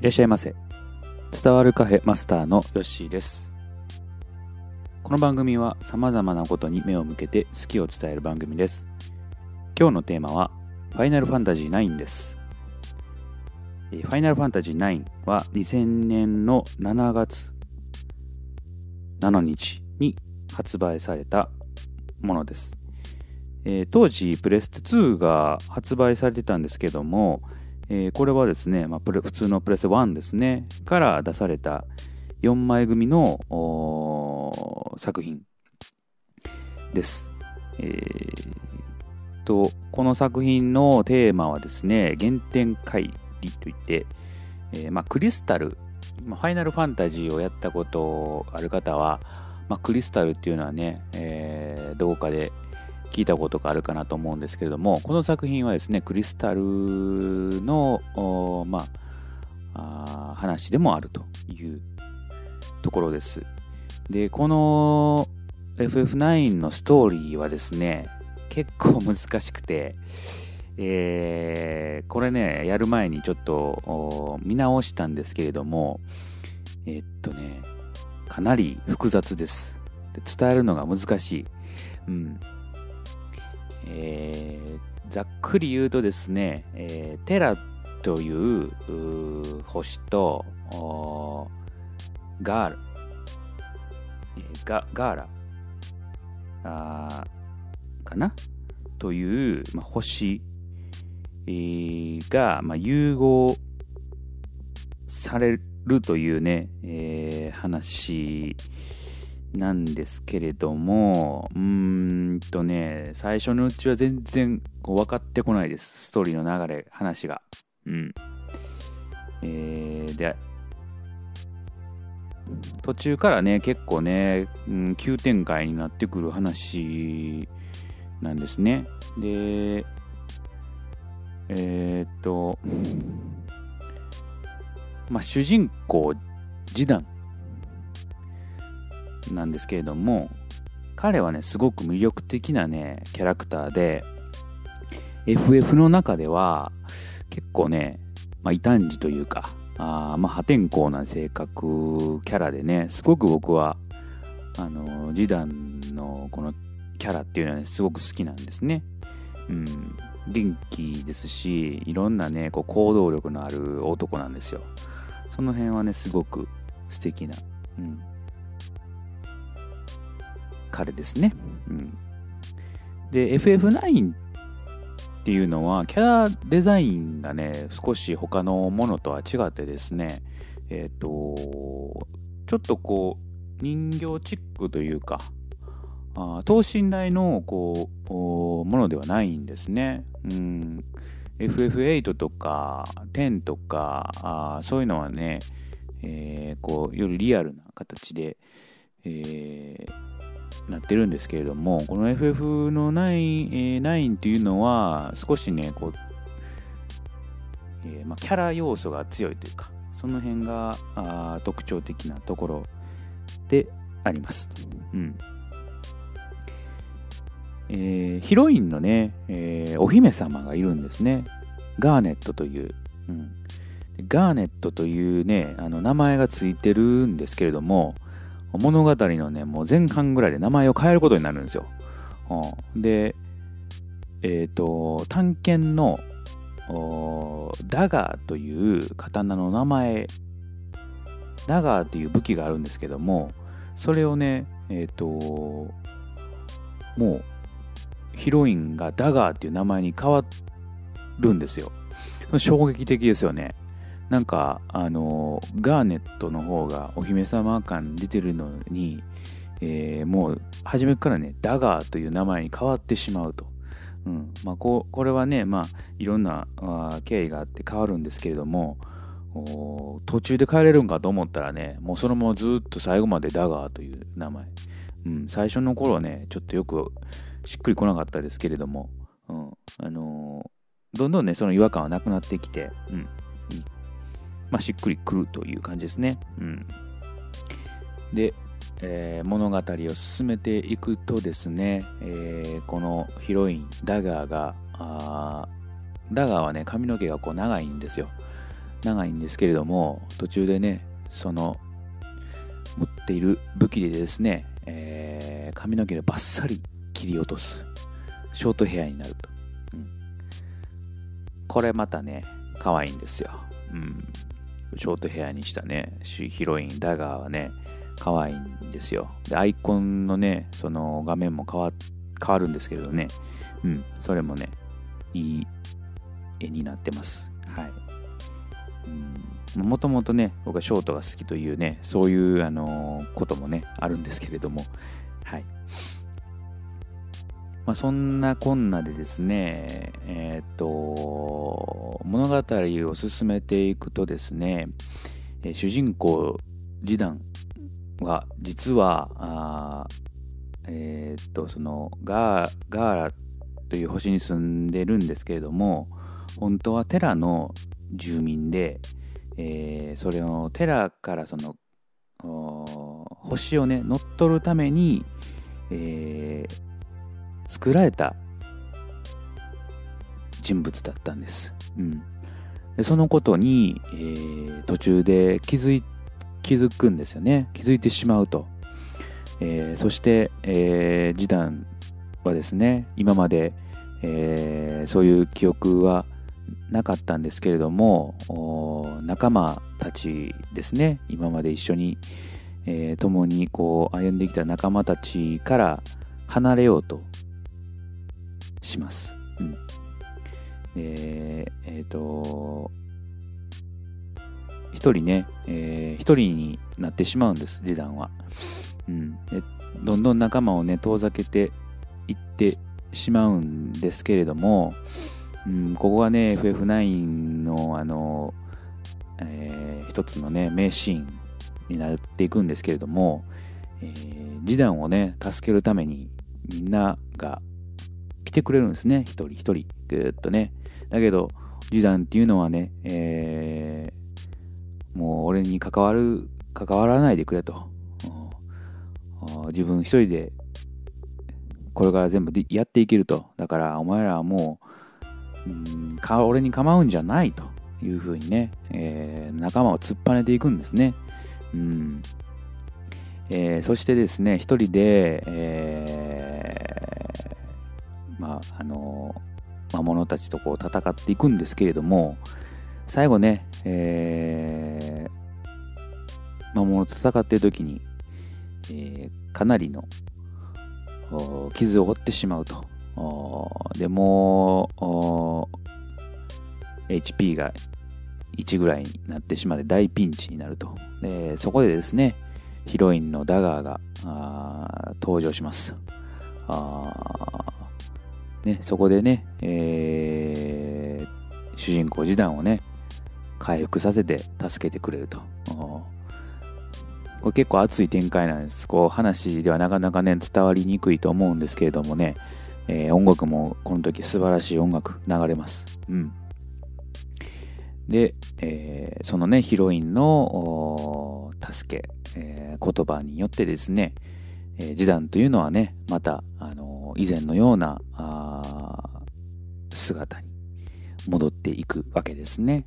いらっしゃいませ。伝わるカフェマスターのヨッシーです。この番組は様々なことに目を向けて好きを伝える番組です。今日のテーマはファイナルファンタジー9です。ファイナルファンタジー9は2000年の7月7日に発売されたものです。当時プレステ2が発売されてたんですけども、これはですね、普通のプレステ1ですねから出された4枚組の作品です。この作品のテーマはですね、原点回帰といって、クリスタル、ファイナルファンタジーをやったことある方は、クリスタルっていうのはね、どこかで聞いたことがあるかなと思うんですけれども、この作品はですね、クリスタルの話でもあるというところです。で、この FF9 のストーリーはですね、結構難しくて、これね、やる前にちょっと見直したんですけれども、かなり複雑です。で、伝えるのが難しい。ざっくり言うとですね、テラという星とガーラかなという、星、が、融合されるというね、話なんですけれども、最初のうちは全然分かってこないです。ストーリーの流れ、話が。で、途中からね、結構ね、急展開になってくる話なんですね。で、主人公、ジダンなんですけれども、彼はねすごく魅力的なねキャラクターで、 FF の中では結構ね、異端児というか破天荒な性格キャラでね、すごく僕はジダンのこのキャラっていうのはねすごく好きなんですね。元気ですし、いろんなね行動力のある男なんですよ。その辺はねすごく素敵な彼ですね。で、FF9 っていうのはキャラデザインがね少し他のものとは違ってですね、ちょっと人形チックというか等身大のものではないんですね。FF8 とか10とかそういうのはね、よりリアルな形で、なってるんですけれども、この FF の9っていうのは少しねキャラ要素が強いというか、その辺が特徴的なところであります。ヒロインのね、お姫様がいるんですね。ガーネットという、ガーネットというね名前がついてるんですけれども、物語のねもう前半ぐらいで名前を変えることになるんですよ。で、探検のダガーという刀の名前、ダガーという武器があるんですけども、それをねもうヒロインがダガーっていう名前に変わるんですよ。衝撃的ですよね。なんかガーネットの方がお姫様感出てるのに、もう初めからねダガーという名前に変わってしまうと。これはねいろんな経緯があって変わるんですけれども、途中で変えれるんかと思ったらね、もうそのままずっと最後までダガーという名前。最初の頃はねちょっとよくしっくりこなかったですけれども、どんどんねその違和感はなくなってきて、しっくりくるという感じですね。で、物語を進めていくとですね、このヒロインダガーはね髪の毛が長いんですよ。 長いんですけれども、途中でね、その持っている武器でですね、髪の毛でバッサリ切り落とすショートヘアになると、これまたね可愛いんですよ、ショートヘアにしたねヒロインダガーはね可愛いんですよ。でアイコンのねその画面も変わるんですけれどね、それもねいい絵になってます。はい。もともとね僕はショートが好きというねそういうこともねあるんですけれども、はい。そんなこんなでですね物語を進めていくとですね、主人公ジダンは実はそのガーラという星に住んでるんですけれども、本当はテラの住民で、それをテラからその星をね乗っ取るために、作られた人物だったんです。でそのことに、途中で気づくんですよね。気づいてしまうと。そして、ジダンはですね今まで、そういう記憶はなかったんですけれども、仲間たちですね今まで一緒に、共にこう歩んできた仲間たちから離れようとします。一人ね、一人になってしまうんですジダンは。でどんどん仲間をね遠ざけていってしまうんですけれども、ここがね FF9 の一つのね名シーンになっていくんですけれども、ジダンをね助けるためにみんなが来てくれるんですね。一人一人ぐーっとね。だけどジダンっていうのはね、もう俺に関わらないでくれと、自分一人でこれから全部やっていけると。だからお前らはもう、俺に構うんじゃないというふうにね、仲間を突っぱねていくんですね。そしてですね一人で、魔物たちとこう戦っていくんですけれども、最後ね、魔物と戦っている時に、かなりの傷を負ってしまうと。でもHP が1ぐらいになってしまって大ピンチになると。でそこでですねヒロインのダガーが登場します。そこでね、主人公ジダンをね回復させて助けてくれると。これ結構熱い展開なんです。こう話ではなかなかね伝わりにくいと思うんですけれどもね、音楽もこの時素晴らしい音楽流れます。で、そのねヒロインの助け、言葉によってですね、ジダンというのはねまた以前のような姿に戻っていくわけですね。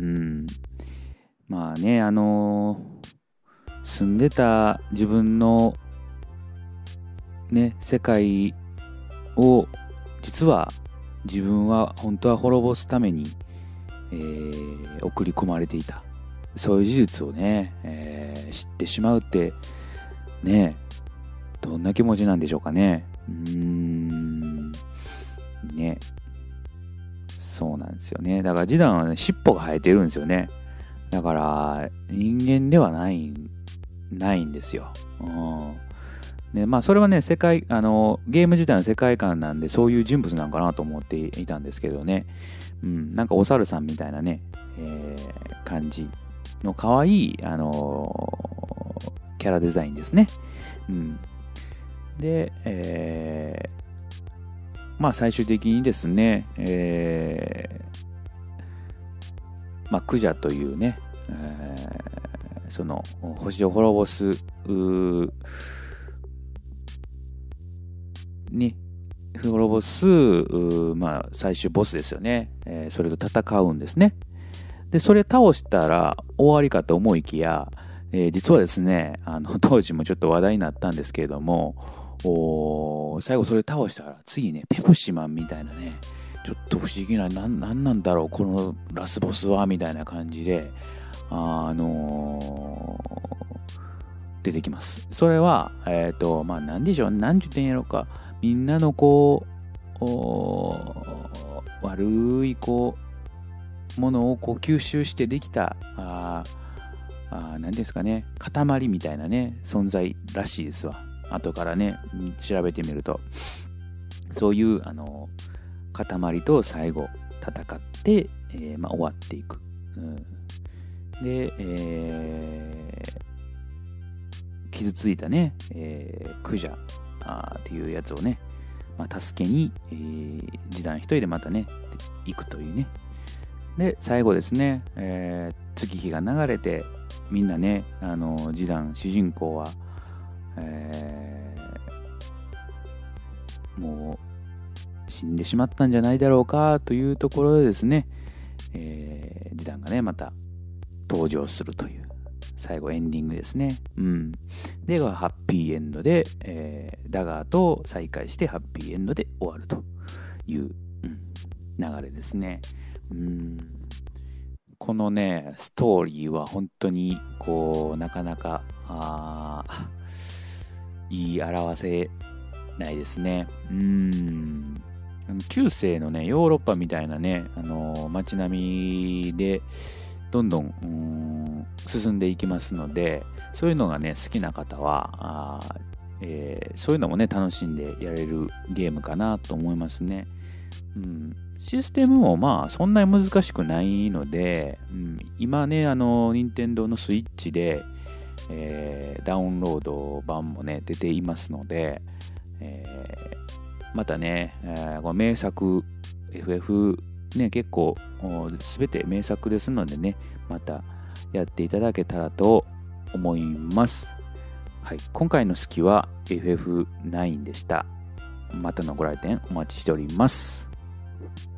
住んでた自分のね世界を実は自分は本当は滅ぼすために、送り込まれていた、そういう事実をね、知ってしまうってねどんな気持ちなんでしょうかね。ね、そうなんですよね。だからジダンはね尻尾が生えてるんですよね。だから人間ではないんですよ。でそれはねゲーム自体の世界観なんでそういう人物なんかなと思っていたんですけどね、なんかお猿さんみたいなね、感じの可愛いキャラデザインですね。で、最終的にですね、クジャというね、その星を滅ぼす最終ボスですよね、それと戦うんですね。 で、それ倒したら終わりかと思いきや、実はですね、当時もちょっと話題になったんですけれども、最後それ倒したら、次ね、ペプシマンみたいなね、ちょっと不思議な、なんなんだろう、このラスボスは、みたいな感じで、出てきます。それは、まあ、なんでしょう、なんて言ってんやろか、みんなのこう、悪い、こう、ものをこう吸収してできた、何ですかね、塊みたいなね、存在らしいですわ。後からね、調べてみると、そういう、塊と最後、戦って、まあ、終わっていく。で、傷ついたね、クジャっていうやつをね、まあ、助けに、示談一人でまたね、行くというね。で、最後ですね、月日が流れて、みんなね、示談、主人公は、もう死んでしまったんじゃないだろうかというところでですね、示談がね、また登場するという。最後エンディングですね。ではハッピーエンドで、ダガーと再会してハッピーエンドで終わるという、流れですね。このねストーリーは本当にこうなかなか言い表せないですね。中世のねヨーロッパみたいなね街並みでどんどん進んでいきますので、そういうのがね好きな方はそういうのもね楽しんでやれるゲームかなと思いますね。システムもまあそんなに難しくないので、今ね任天堂のスイッチで、ダウンロード版もね出ていますので、またね、この名作 FF ね結構全て名作ですのでね、またやっていただけたらと思います。はい、今回の好きは FF9 でした。またのご来店お待ちしております。